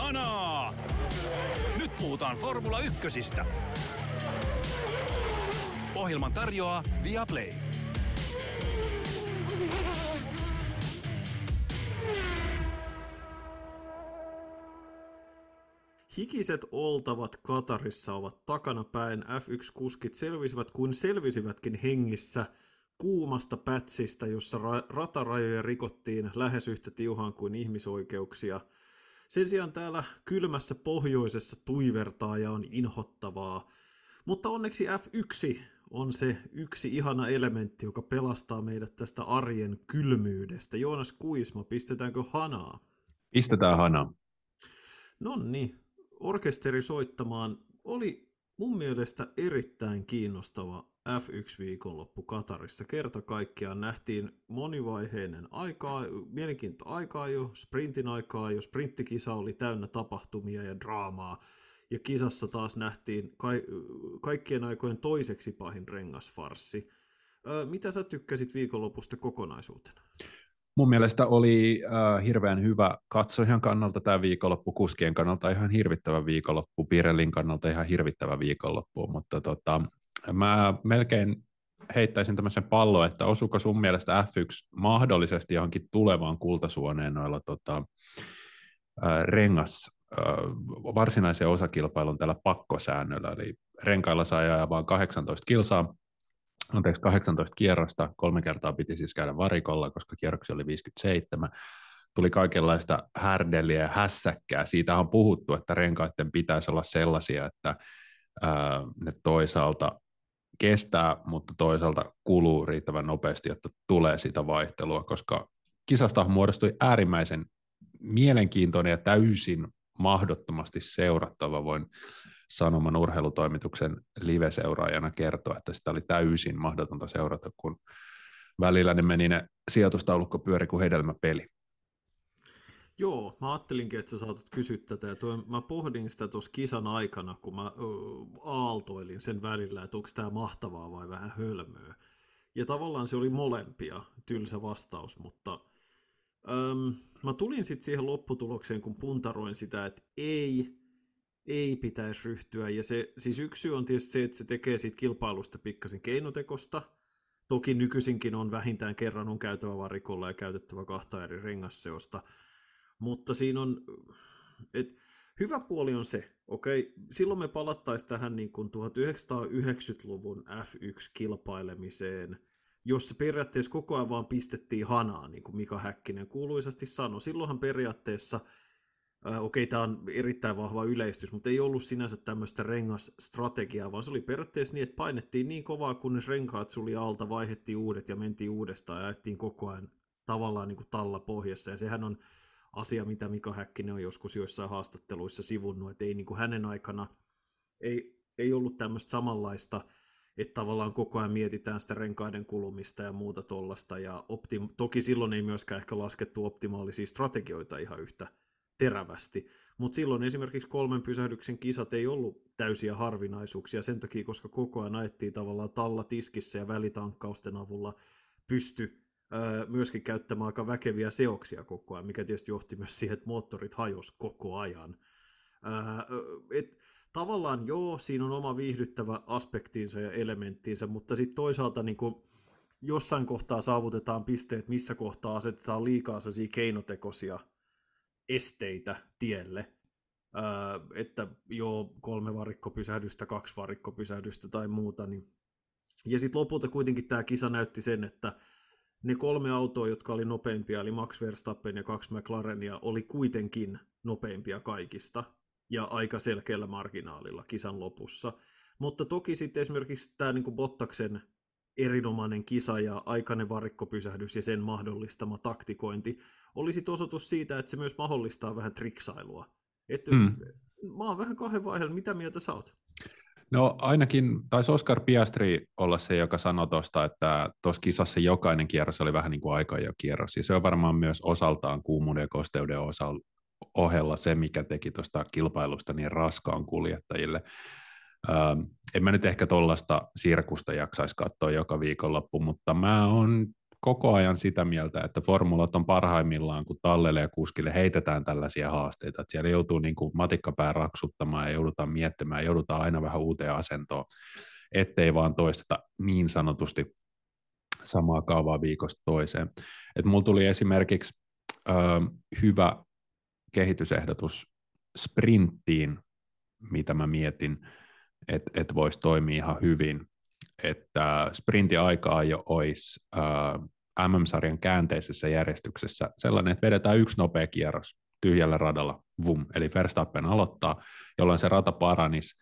Hanaa! Nyt puhutaan Formula 1:stä. Ohjelman tarjoaa Viaplay. Hikiset oltavat Katarissa ovat takanapäin. F1-kuskit selvisivät kuin selvisivätkin hengissä kuumasta pätsistä, jossa ratarajoja rikottiin lähes yhtä tiuhaan kuin ihmisoikeuksia. Sen sijaan täällä kylmässä pohjoisessa tuivertaa ja on inhottavaa. Mutta onneksi F1 on se yksi ihana elementti, joka pelastaa meidät tästä arjen kylmyydestä. Joonas Kuisma, pistetäänkö hanaa? Pistetään hanaa. Nonni, orkesteri soittamaan. Oli mun mielestä erittäin kiinnostava F1-viikonloppu Katarissa. Kerta kaikkiaan nähtiin monivaiheinen aikaa, mielenkiintoista aikaa jo, sprintin aikaa jo. Sprinttikisa oli täynnä tapahtumia ja draamaa. Ja kisassa taas nähtiin kaikkien aikojen toiseksi pahin rengasfarssi. Mitä sä tykkäsit viikonlopusta kokonaisuutena? Mun mielestä oli hirveän hyvä katsojan kannalta tämä viikonloppu, kuskien kannalta ihan hirvittävä viikonloppu, Pirellin kannalta ihan hirvittävä viikonloppu, mutta mä melkein heittäisin tämmöisen pallon, että osuuko sun mielestä F1 mahdollisesti johonkin tulevaan kultasuoneen noilla varsinaisen osakilpailun tällä pakkosäännöllä, eli renkailla saa ajaa vaan 18 kierrosta, 3 kertaa piti siis käydä varikolla, koska kierroksia oli 57. Tuli kaikenlaista härdeliä ja hässäkkää. Siitä on puhuttu, että renkaiden pitäisi olla sellaisia, että ne toisaalta kestää, mutta toisaalta kuluu riittävän nopeasti, jotta tulee sitä vaihtelua, koska kisasta muodostui äärimmäisen mielenkiintoinen ja täysin mahdottomasti seurattava. Voin Sanoman urheilutoimituksen live-seuraajana kertoa, että sitä oli täysin mahdotonta seurata, kun välillä ne sijoitustaulukko pyöri kuin hedelmäpeli. Joo, mä ajattelinkin, että sä saatat kysyä tätä, ja mä pohdin sitä tuossa kisan aikana, kun mä aaltoilin sen välillä, että onko tämä mahtavaa vai vähän hölmöä. Ja tavallaan se oli molempia, tylsä vastaus, mutta mä tulin sitten siihen lopputulokseen, kun puntaroin sitä, että ei pitäisi ryhtyä, ja se, siis yksi syy on tietysti se, että se tekee siitä kilpailusta pikkasen keinotekosta. Toki nykyisinkin on vähintään kerran on käytävä varikolla ja käytettävä 2 eri rengasseosta, mutta siinä on, hyvä puoli on se, okei, silloin me palattaisiin tähän niin kuin 1990-luvun F1-kilpailemiseen, jossa periaatteessa koko ajan vaan pistettiin hanaa, niin kuin Mika Häkkinen kuuluisasti sanoi. Silloinhan periaatteessa okei, tämä on erittäin vahva yleistys, mutta ei ollut sinänsä tämmöistä rengasstrategiaa, vaan se oli periaatteessa niin, että painettiin niin kovaa, kunnes renkaat suli alta, vaihdettiin uudet ja mentiin uudestaan ja ajettiin koko ajan tavallaan niin kuin talla pohjassa. Ja sehän on asia, mitä Mika Häkkinen on joskus joissain haastatteluissa sivunnut, että ei niin kuin hänen aikana ei ollut tämmöistä samanlaista, että tavallaan koko ajan mietitään sitä renkaiden kulumista ja muuta tollasta. Ja toki silloin ei myöskään ehkä laskettu optimaalisia strategioita ihan yhtä terävästi, mutta silloin esimerkiksi 3 pysähdyksen kisat ei ollut täysiä harvinaisuuksia sen takia, koska koko ajan ajettiin tavallaan talla tiskissä ja välitankkausten avulla pysty myöskin käyttämään aika väkeviä seoksia koko ajan, mikä tietysti johti myös siihen, että moottorit hajosi koko ajan. Tavallaan joo, siinä on oma viihdyttävä aspektiinsa ja elementtiinsä, mutta sitten toisaalta niin kun jossain kohtaa saavutetaan pisteet, missä kohtaa asetetaan liikaa sellaisia keinotekoisia esteitä tielle, että joo, 3 varikkopysähdystä, 2 varikkopysähdystä tai muuta. Niin. Ja sitten lopulta kuitenkin tämä kisa näytti sen, että ne 3 autoa, jotka oli nopeimpia, eli Max Verstappen ja 2 McLarenia, oli kuitenkin nopeimpia kaikista ja aika selkeällä marginaalilla kisan lopussa. Mutta toki sitten esimerkiksi tämä niin kuin Bottaksen erinomainen kisa ja aikainen varikkopysähdys ja sen mahdollistama taktikointi oli sitten osoitus siitä, että se myös mahdollistaa vähän triksailua. Mä oon vähän 2 vaiheella. Mitä mieltä sä oot? No ainakin taisi Oscar Piastri olla se, joka sanoi tuosta, että tuossa kisassa jokainen kierros oli vähän niin kuin aikajokierros. Ja se on varmaan myös osaltaan kuumuuden ja kosteuden ohella se, mikä teki tuosta kilpailusta niin raskaan kuljettajille. En mä nyt ehkä tuollaista sirkusta jaksaisi katsoa joka viikonloppu, mutta mä oon koko ajan sitä mieltä, että formulat on parhaimmillaan, kun tallelle ja kuskille heitetään tällaisia haasteita, että siellä joutuu niin kuin matikkapää raksuttamaan ja joudutaan miettimään, joudutaan aina vähän uuteen asentoon, ettei vaan toisteta niin sanotusti samaa kaavaa viikosta toiseen. Et mulla tuli esimerkiksi hyvä kehitysehdotus sprinttiin, mitä mä mietin, että voisi toimia ihan hyvin, että sprintin aikaa jo olisi MM-sarjan käänteisessä järjestyksessä sellainen, että vedetään yksi nopea kierros tyhjällä radalla, vum, eli Verstappen aloittaa, jolloin se rata paranisi,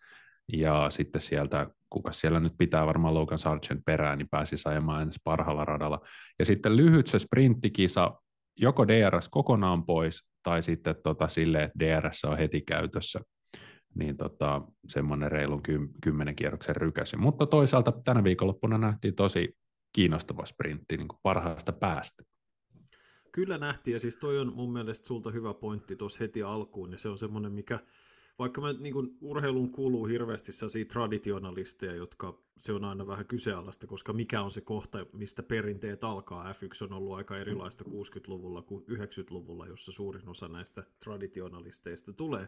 ja sitten sieltä, kuka siellä nyt pitää varmaan Logan Sargent perään, niin pääsisi ajamaan ensin parhaalla radalla. Ja sitten lyhyt se sprinttikisa, joko DRS kokonaan pois, tai sitten silleen, että DRS on heti käytössä, niin semmoinen reilun 10 kierroksen rykäsy. Mutta toisaalta tänä viikonloppuna nähtiin tosi kiinnostava sprintti niin kuin parhaasta päästä. Kyllä nähtiin, ja siis toi on mun mielestä sulta hyvä pointti tuossa heti alkuun, ja se on semmoinen, mikä, vaikka mä niin kuin urheiluun kuuluu hirveästi sellaisia traditionalisteja, jotka se on aina vähän kyseenalaista, koska mikä on se kohta, mistä perinteet alkaa. F1 on ollut aika erilaista 60-luvulla kuin 90-luvulla, jossa suurin osa näistä traditionalisteista tulee.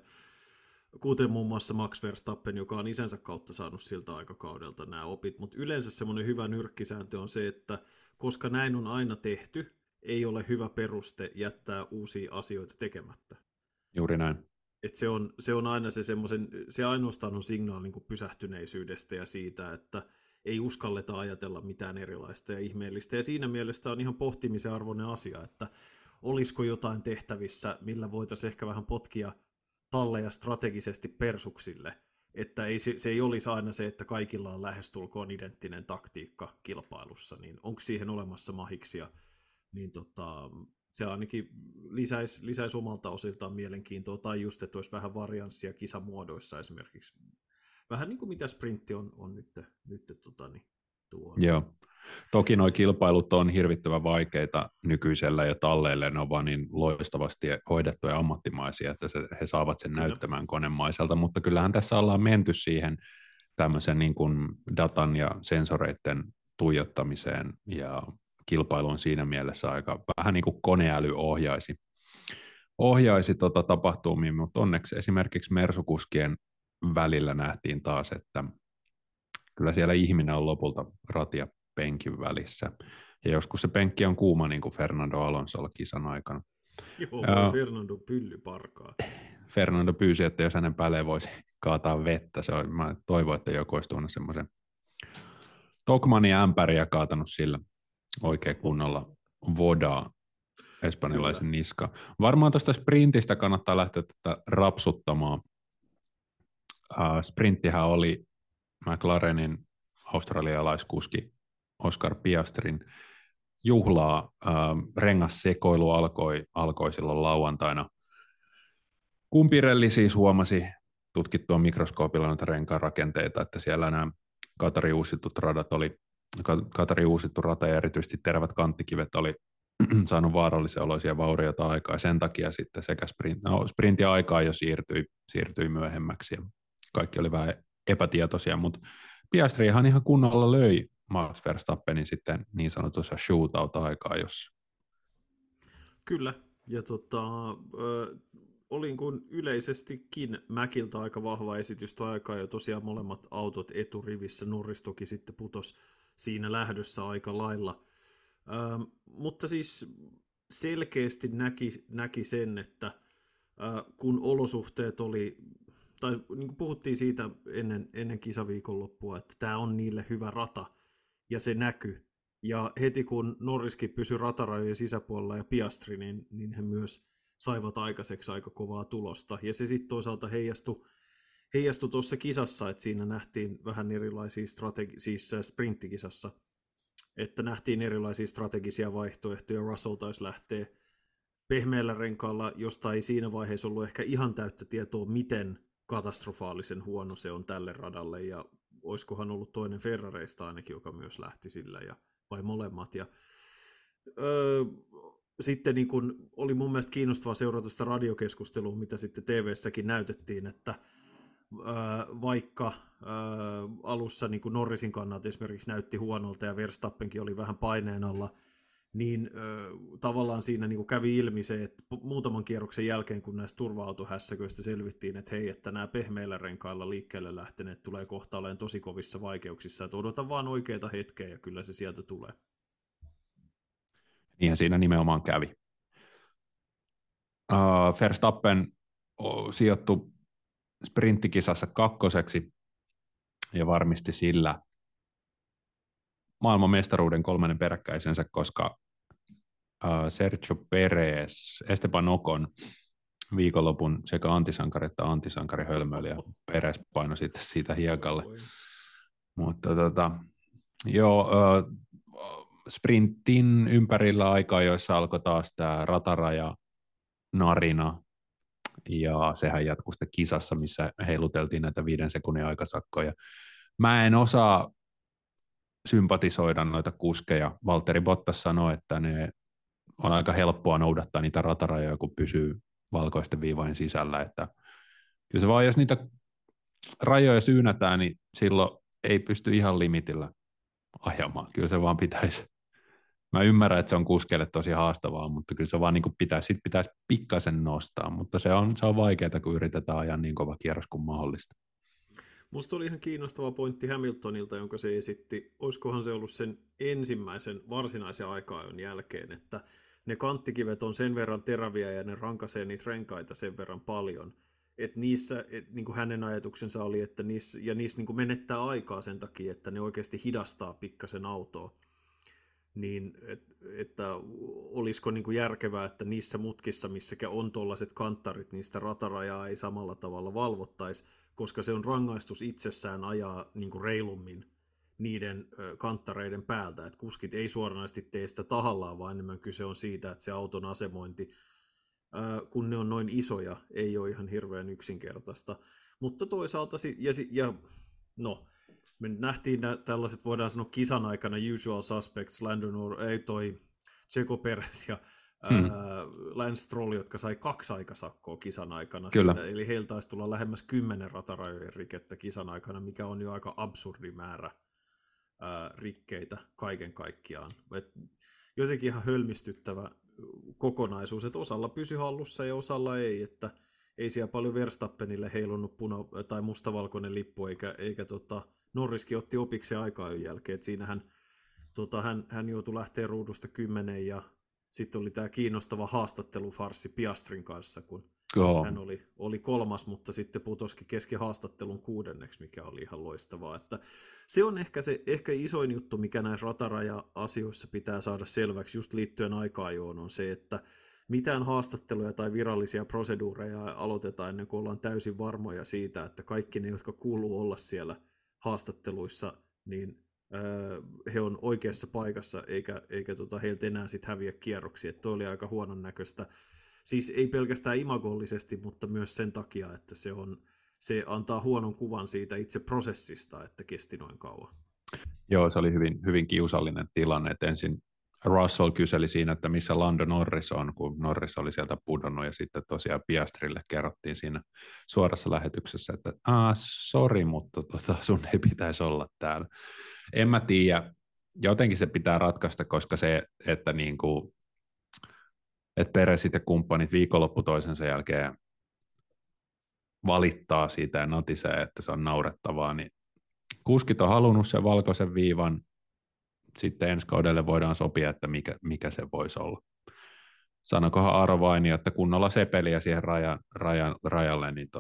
Kuten muun muassa Max Verstappen, joka on isänsä kautta saanut siltä aikakaudelta nämä opit, mutta yleensä semmoinen hyvä nyrkkisääntö on se, että koska näin on aina tehty, ei ole hyvä peruste jättää uusia asioita tekemättä. Juuri näin. Et se on aina se ainoastaan on signaali niin kuin pysähtyneisyydestä ja siitä, että ei uskalleta ajatella mitään erilaista ja ihmeellistä. Ja siinä mielessä on ihan pohtimisen arvoinen asia, että olisiko jotain tehtävissä, millä voitaisiin ehkä vähän potkia talleja strategisesti persuksille, että se ei olisi aina se, että kaikilla on lähestulkoon identtinen taktiikka kilpailussa, niin onko siihen olemassa mahiksia, niin se ainakin lisäisi omalta osiltaan mielenkiintoa, tai just, että olisi vähän varianssia kisamuodoissa esimerkiksi, vähän niin kuin mitä sprintti on nyt tuo. Joo. Toki nuo kilpailut on hirvittävän vaikeita nykyisellä ja talleille, ne on vaan niin loistavasti hoidettuja ja ammattimaisia, että he saavat sen näyttämään konemaiselta, mutta kyllähän tässä ollaan menty siihen tämmöisen niin kuin datan ja sensoreiden tuijottamiseen, ja kilpailu on siinä mielessä aika vähän niin kuin koneäly ohjaisi tapahtumiin, mutta onneksi esimerkiksi Mersukuskien välillä nähtiin taas, että kyllä siellä ihminen on lopulta ratia penkin välissä. Ja joskus se penkki on kuuma, niin kuin Fernando Alonsolla kisan aikana. Joo, Fernando pylly parkaa. Fernando pyysi, että jos hänen päälle voisi kaataa vettä. Mä toivon, että joku olisi tuonut semmoisen Tokmanin ämpäri ja kaatanut sillä oikein kunnolla vodaa espanjalaisen niskaan. Varmaan tuosta sprintistä kannattaa lähteä tätä rapsuttamaan. Sprinttihän oli McLarenin australialaiskuski Oscar Piastrin juhlaa. Rengassekoilu alkoi silloin lauantaina. Kun Pirelli siis huomasi tutkittua mikroskoopilla näitä renkaan rakenteita, että siellä nämä Qatarin uusittu rata ja erityisesti terävät kanttikivet oli saanut vaarallisen oloisia vaurioita aikaa, ja sen takia sitten sekä sprintin aikaa jo siirtyi myöhemmäksi, ja kaikki oli vähän epätietoisia, mutta Piastri ihan kunnolla löi Max Verstappenin sitten niin sanotussa shootout-aikaa, jos. Kyllä, ja olin kun yleisestikin Mäkiltä aika vahva esitys tuo aikaa, ja tosiaan molemmat autot eturivissä, Norris toki sitten putosi siinä lähdössä aika lailla. Mutta siis selkeästi näki sen, että kun olosuhteet oli, tai niin kuin puhuttiin siitä ennen kisaviikonloppua, että tämä on niille hyvä rata, ja se näkyi. Ja heti kun Norriskin pysyi ratarajojen sisäpuolella ja Piastri, niin he myös saivat aikaiseksi aika kovaa tulosta. Ja se sitten toisaalta heijastui tuossa kisassa, että siinä nähtiin vähän erilaisia siis sprinttikisassa, että nähtiin erilaisia strategisia vaihtoehtoja. Russell taisi lähteä pehmeällä renkaalla, josta ei siinä vaiheessa ollut ehkä ihan täyttä tietoa, miten katastrofaalisen huono se on tälle radalle, ja olisikohan ollut toinen Ferrareista ainakin, joka myös lähti sillä, vai molemmat. Ja, sitten niin kun, oli mun mielestä kiinnostavaa seurata sitä radiokeskustelua, mitä sitten TV-säkin näytettiin, että vaikka alussa niin kuin Norrisin kannalta esimerkiksi näytti huonolta ja Verstappenkin oli vähän paineen alla, niin tavallaan siinä niin kuin kävi ilmi se, että muutaman kierroksen jälkeen, kun näistä turva-autohässäköistä selvittiin, että hei, että nämä pehmeillä renkailla liikkeelle lähteneet tulee kohta olemaan tosi kovissa vaikeuksissa, että odota vaan oikeita hetkeä ja kyllä se sieltä tulee. Niinhän siinä nimenomaan kävi. Verstappen sijoittui sprinttikisassa kakkoseksi ja varmisti sillä maailman mestaruuden 3. peräkkäisensä, koska Sergio Perez, Esteban Ocon viikonlopun sekä antisankari että antisankari hölmöili ja Perez painoi sitten siitä hiekalle. Mutta sprintin ympärillä aikaa, joissa alkoi taas tämä rataraja narina, ja sehän jatkui sitten kisassa, missä heiluteltiin näitä 5 sekunnin aikasakkoja. Mä en osaa sympatisoida noita kuskeja. Valtteri Bottas sanoi, että ne on aika helppoa noudattaa niitä ratarajoja, kun pysyy valkoisten viivojen sisällä. Että kyllä se vaan, jos niitä rajoja syynätään, niin silloin ei pysty ihan limitillä ajamaan. Kyllä se vaan pitäisi. Mä ymmärrän, että se on kuskeille tosi haastavaa, mutta kyllä se vaan niin pitäisi pikkasen nostaa, mutta se on vaikeaa, kun yritetään ajaa niin kova kierros kuin mahdollista. Musta oli ihan kiinnostava pointti Hamiltonilta, jonka se esitti. Olisikohan se ollut sen ensimmäisen varsinaisen aika-ajon jälkeen, että ne kanttikivet on sen verran teräviä ja ne rankaisee niitä renkaita sen verran paljon, että niissä, niin kuin hänen ajatuksensa oli, että niissä niin kuin menettää aikaa sen takia, että ne oikeasti hidastaa pikkasen autoa. Niin, että olisiko niin kuin järkevää, että niissä mutkissa, missä on tuollaiset kanttarit, niistä ratarajaa ei samalla tavalla valvottaisi, koska se on rangaistus itsessään ajaa niin kuin reilummin niiden kanttareiden päältä, että kuskit ei suoranaisesti tee sitä tahallaan, vaan enemmän kyse on siitä, että se auton asemointi, kun ne on noin isoja, ei ole ihan hirveän yksinkertaista. Mutta toisaalta, me nähtiin tällaiset, voidaan sanoa kisan aikana usual suspects, Checo Perez ja Lance Stroll, jotka sai 2 aikasakkoa kisan aikana. Siitä, eli heiltä taisi tulla lähemmäs 10 ratarajojen rikettä kisan aikana, mikä on jo aika absurdi määrä rikkeitä kaiken kaikkiaan. Jotenkin ihan hölmistyttävä kokonaisuus, että osalla pysy hallussa ja osalla ei, että ei siellä paljon Verstappenille heilunut tai mustavalkoinen lippu, eikä Norriskin otti opiksi aika-ajon jälkeen, että siinähän hän joutui lähteä ruudusta 10 ja sitten oli tämä kiinnostava haastattelufarssi Piastrin kanssa, kun hän oli 3, mutta sitten putosikin kesken haastattelun 6, mikä oli ihan loistavaa. Että se on ehkä isoin juttu, mikä näissä rataraja-asioissa pitää saada selväksi just liittyen aika-ajoon, on se, että mitään haastatteluja tai virallisia proseduureja aloitetaan ennen kuin ollaan täysin varmoja siitä, että kaikki ne, jotka kuuluu olla siellä haastatteluissa, niin he on oikeassa paikassa, eikä heiltä enää sit häviä kierroksia. Että toi oli aika huonon näköistä. Siis ei pelkästään imagollisesti, mutta myös sen takia, että se antaa huonon kuvan siitä itse prosessista, että kesti noin kauan. Joo, se oli hyvin, hyvin kiusallinen tilanne, että ensin Russell kyseli siinä, että missä Lando Norris on, kun Norris oli sieltä pudonnut, ja sitten tosiaan Piastrille kerrottiin siinä suorassa lähetyksessä, että sori, mutta sun ei pitäisi olla täällä. En mä tiedä, jotenkin se pitää ratkaista, koska se, että että Perezit ja kumppanit viikonloppu toisensa jälkeen valittaa siitä ja natisee, että se on naurettavaa, niin kuskit on halunnut sen valkoisen viivan, sitten ensi kaudelle voidaan sopia, että mikä se voisi olla. Sanokohan Aro Vaini, että kunnolla sepeliä siihen rajalle, niin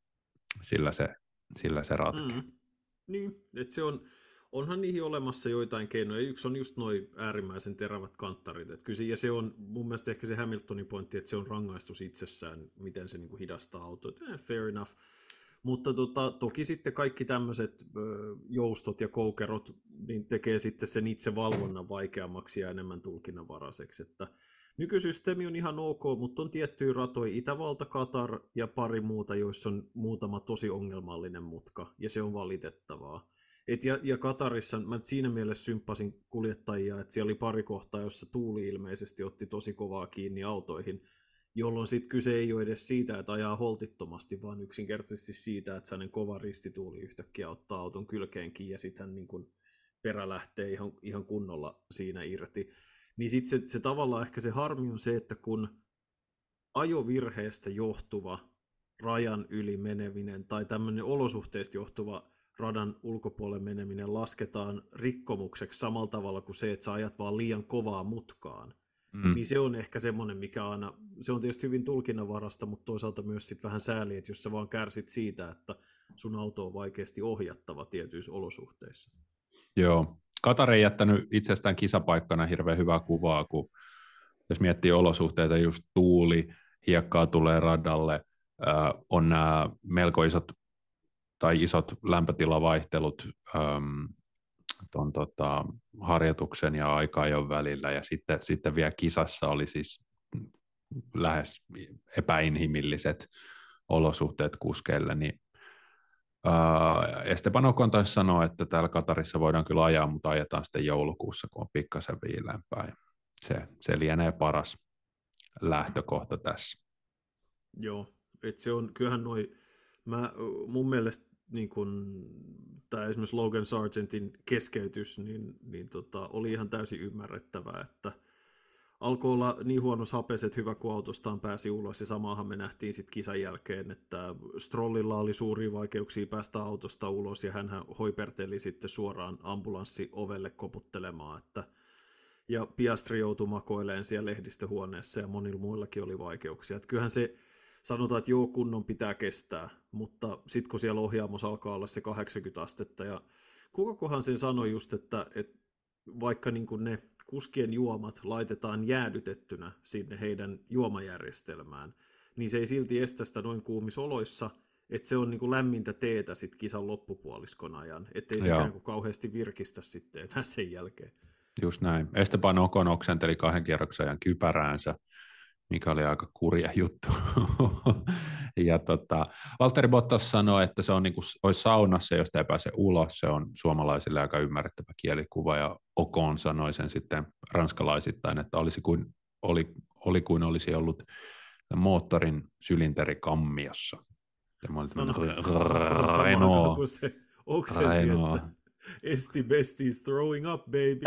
sillä se ratkeaa. Niin, että onhan niihin olemassa joitain keinoja. Yksi on just nuo äärimmäisen terävät kanttarit. Ja se on mun mielestä ehkä se Hamiltonin pointti, että se on rangaistus itsessään, miten se niinku hidastaa autoa. Fair enough. Mutta toki sitten kaikki tämmöiset joustot ja koukerot niin tekee sitten sen itse valvonnan vaikeammaksi ja enemmän tulkinnanvaraiseksi. Että nykysysteemi on ihan ok, mutta on tiettyjä ratoja, Itävalta, Katar ja pari muuta, joissa on muutama tosi ongelmallinen mutka, ja se on valitettavaa. Ja Katarissa mä siinä mielessä symppasin kuljettajia, että siellä oli pari kohtaa, jossa tuuli ilmeisesti otti tosi kovaa kiinni autoihin, jolloin sitten kyse ei ole edes siitä, että ajaa holtittomasti, vaan yksinkertaisesti siitä, että sellainen kova ristituuli yhtäkkiä ottaa auton kylkeenkin ja sitten hän niin kuin perä lähtee ihan kunnolla siinä irti. Niin sitten se tavallaan ehkä se harmi on se, että kun ajovirheestä johtuva rajan yli meneminen tai tämmöinen olosuhteista johtuva radan ulkopuolelle meneminen lasketaan rikkomukseksi samalla tavalla kuin se, että sä ajat vaan liian kovaa mutkaan, niin se on ehkä semmoinen, mikä aina, se on tietysti hyvin tulkinnanvarasta, mutta toisaalta myös sit vähän sääli, että jos sä vaan kärsit siitä, että sun auto on vaikeasti ohjattava tietyissä olosuhteissa. Joo. Katar ei jättänyt itsestään kisapaikkana hirveän hyvää kuvaa, kun jos miettii olosuhteita, just tuuli, hiekkaa tulee radalle, on nämä melko isot lämpötilavaihtelut harjoituksen ja aika-ajon välillä, ja sitten vielä kisassa oli siis lähes epäinhimilliset olosuhteet kuskeille, niin Esteban Ocon taisi sanoa, että täällä Katarissa voidaan kyllä ajaa, mutta ajetaan sitten joulukuussa, kun on pikkasen viileämpää. Se lienee paras lähtökohta tässä. Joo, että se on, kyllähän mun mielestä niin kun, tämä esimerkiksi Logan Sargentin keskeytys, niin oli ihan täysin ymmärrettävää, että alkoi olla niin huonossa hapes, että hyvä kun autostaan pääsi ulos, ja samahan me nähtiin sitten kisan jälkeen, että Strollilla oli suuria vaikeuksia päästä autosta ulos, ja hän hoiperteli sitten suoraan ambulanssiovelle koputtelemaan, ja Piastri joutui makoilemaan siellä lehdistöhuoneessa, ja monilla muillakin oli vaikeuksia. Että kyllähän se sanotaan, että joo, kunnon pitää kestää, mutta sitten kun siellä ohjaamossa alkaa olla se 80 astetta, ja kukakohan sen sanoi just, että vaikka niin kuin ne kuskien juomat laitetaan jäädytettynä sinne heidän juomajärjestelmään, niin se ei silti estä sitä noin kuumissa oloissa, että se on niin kuin lämmintä teetä sitten kisan loppupuoliskon ajan, ettei se ikään kuin kauheasti virkistä sitten enää sen jälkeen. Just näin. Esteban Ocon oksenteli 2 kierroksen ajan kypäräänsä, mikä oli aika kurja juttu. Ja Valtteri Bottas sanoi, että se on niin kuin olisi saunassa, josta ei pääse ulos. Se on suomalaisille aika ymmärrettävä kielikuva, ja Ocon sanoi sen sitten ranskalaisittain, että oli kuin olisi ollut moottorin sylinteri kammiossa. Renault. Kun se oksensi, että Esti Besti is throwing up, baby.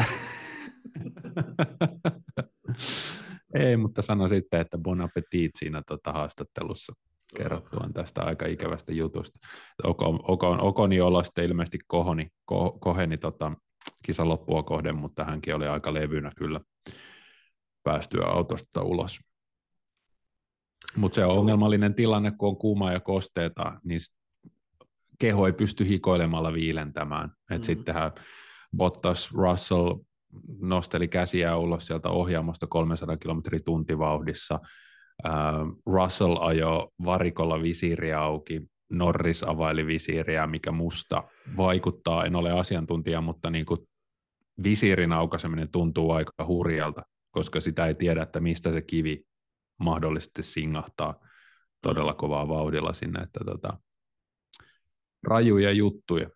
Ei, mutta sano sitten, että bon appetit siinä haastattelussa kerrottuaan tästä aika ikävästä jutusta. Oconi olo sitten ilmeisesti koheni kisan loppua kohden, mutta hänkin oli aika levynä kyllä päästyä autosta ulos. Mutta se on ongelmallinen tilanne, kun on kuumaa ja kosteeta, niin keho ei pysty hikoilemalla viilentämään. Sittenhän Bottas, Russell nosteli käsiä ulos sieltä ohjaamosta 300 kilometrin tuntivauhdissa. Russell ajoi varikolla visiiri auki, Norris availi visiiriä, mikä musta vaikuttaa, en ole asiantuntija, mutta niin kuin visiirin aukaiseminen tuntuu aika hurjalta, koska sitä ei tiedä, että mistä se kivi mahdollisesti singahtaa todella kovaa vauhdilla sinne, että rajuja juttuja.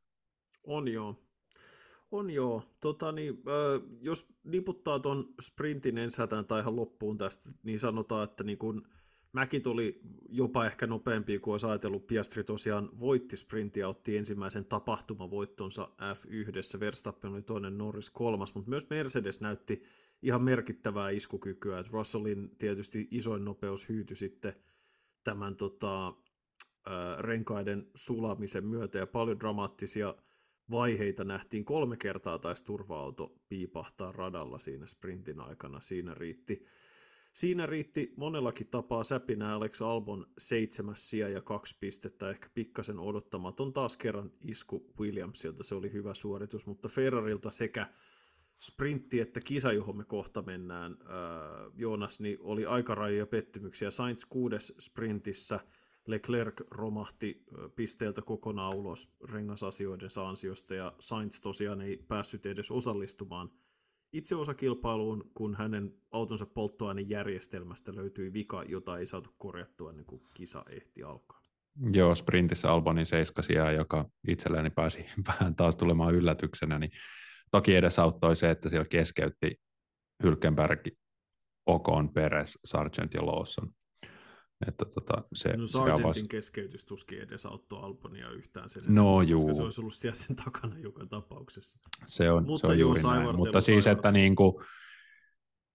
On joo. Jos niputtaa tuon sprintin enshätään tai ihan loppuun tästä, niin sanotaan, että niin kun Mäkit oli jopa ehkä nopeampi kuin olisi ajatellut. Piastri tosiaan voitti sprintiä, otti ensimmäisen tapahtumavoittonsa F1, Verstappen oli toinen, Norris kolmas, mutta myös Mercedes näytti ihan merkittävää iskukykyä, että Russellin tietysti isoin nopeus hyytyi sitten tämän renkaiden sulamisen myötä, ja paljon dramaattisia vaiheita nähtiin. 3 kertaa taisi turva-auto piipahtaa radalla siinä sprintin aikana. Siinä riitti monellakin tapaa säpinää. Alex Albon 7. sija ja 2 pistettä, ehkä pikkasen odottamaton taas kerran isku Williamsilta, se oli hyvä suoritus, mutta Ferrarilta sekä sprintti että kisa, johon me kohta mennään, Joonas, niin oli aika rajoja pettymyksiä. Sainz 6. sprintissä, Leclerc romahti pisteeltä kokonaan ulos rengasasioidensa ansiosta, ja Sainz tosiaan ei päässyt edes osallistumaan itse osakilpailuun, kun hänen autonsa polttoainejärjestelmästä löytyi vika, jota ei saatu korjattua ennen kuin kisa ehti alkaa. Joo, sprintissä Albonin 7. sija, joka itselläni pääsi vähän taas tulemaan yllätyksenä, niin toki edesauttoi se, että siellä keskeytti Hülkenberg, Ocon, Perez, Sargent ja Lawson. Että Sargentin keskeytys tuskin edesauttoi Albonia yhtään sen, koska se olisi ollut siellä sen takana joka tapauksessa. Se on juuri näin. Mutta siis, että niinku,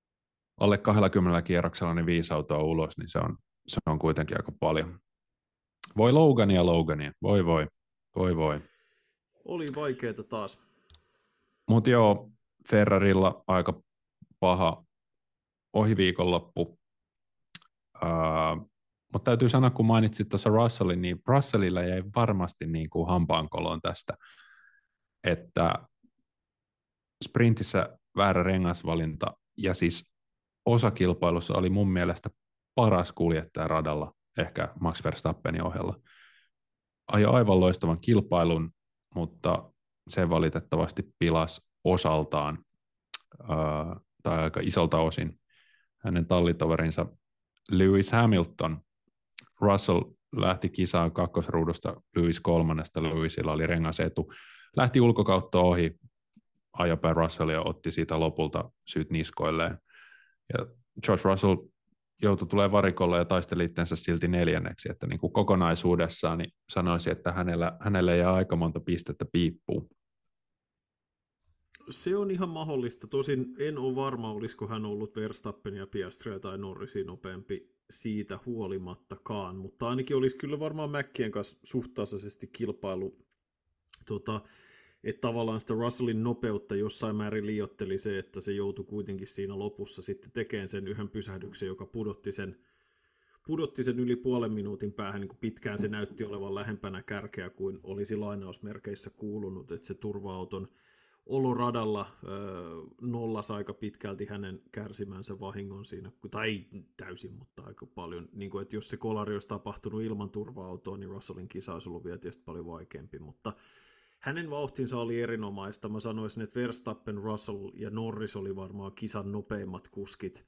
alle 20 kierroksella niin 5 autoa ulos, niin se on kuitenkin aika paljon. Voi Logania, voi. Oli vaikeeta taas. Mutta joo, Ferrarilla aika paha ohiviikonloppu. Mutta täytyy sanoa, kun mainitsit tuossa Russellin, niin Russellilla jäi varmasti niin kuin hampaankoloon tästä, että sprintissä väärä rengasvalinta ja siis osakilpailussa oli mun mielestä paras kuljettaja radalla, ehkä Max Verstappenin ohella. Ajoi aivan loistavan kilpailun, mutta se valitettavasti pilasi osaltaan, tai aika isolta osin, hänen tallitoverinsa Lewis Hamilton. Russell lähti kisaan kakkosruudusta Lewis kolmannesta, Lewisilla oli rengasetu, lähti ulkokautta ohi, ajoi päin Russell ja otti siitä lopulta syyt niskoilleen. Ja George Russell joutui tulemaan varikolle ja taisteli itsensä silti 4. Että niin kuin kokonaisuudessaan niin sanoisin, että hänelle jää aika monta pistettä piippuun. Se on ihan mahdollista. Tosin en ole varma, olisiko hän ollut Verstappenia, Piastria tai Norrisia nopeampi siitä huolimattakaan, mutta ainakin olisi kyllä varmaan Mäkkien kanssa suhtaisesti kilpailu, että tavallaan sitä Russellin nopeutta jossain määrin liioitteli se, että se joutui kuitenkin siinä lopussa sitten tekemään sen yhden pysähdyksen, joka pudotti sen yli puolen minuutin päähän, niin kuin pitkään se näytti olevan lähempänä kärkeä kuin olisi lainausmerkeissä kuulunut, että se turva-auton oloradalla nollasi aika pitkälti hänen kärsimänsä vahingon siinä, tai ei täysin, mutta aika paljon, niin kuin, että jos se kolari olisi tapahtunut ilman turva-autoa, niin Russellin kisa olisi ollut vielä tietysti paljon vaikeampi, mutta hänen vauhtinsa oli erinomaista. Mä sanoisin, että Verstappen, Russell ja Norris oli varmaan kisan nopeimmat kuskit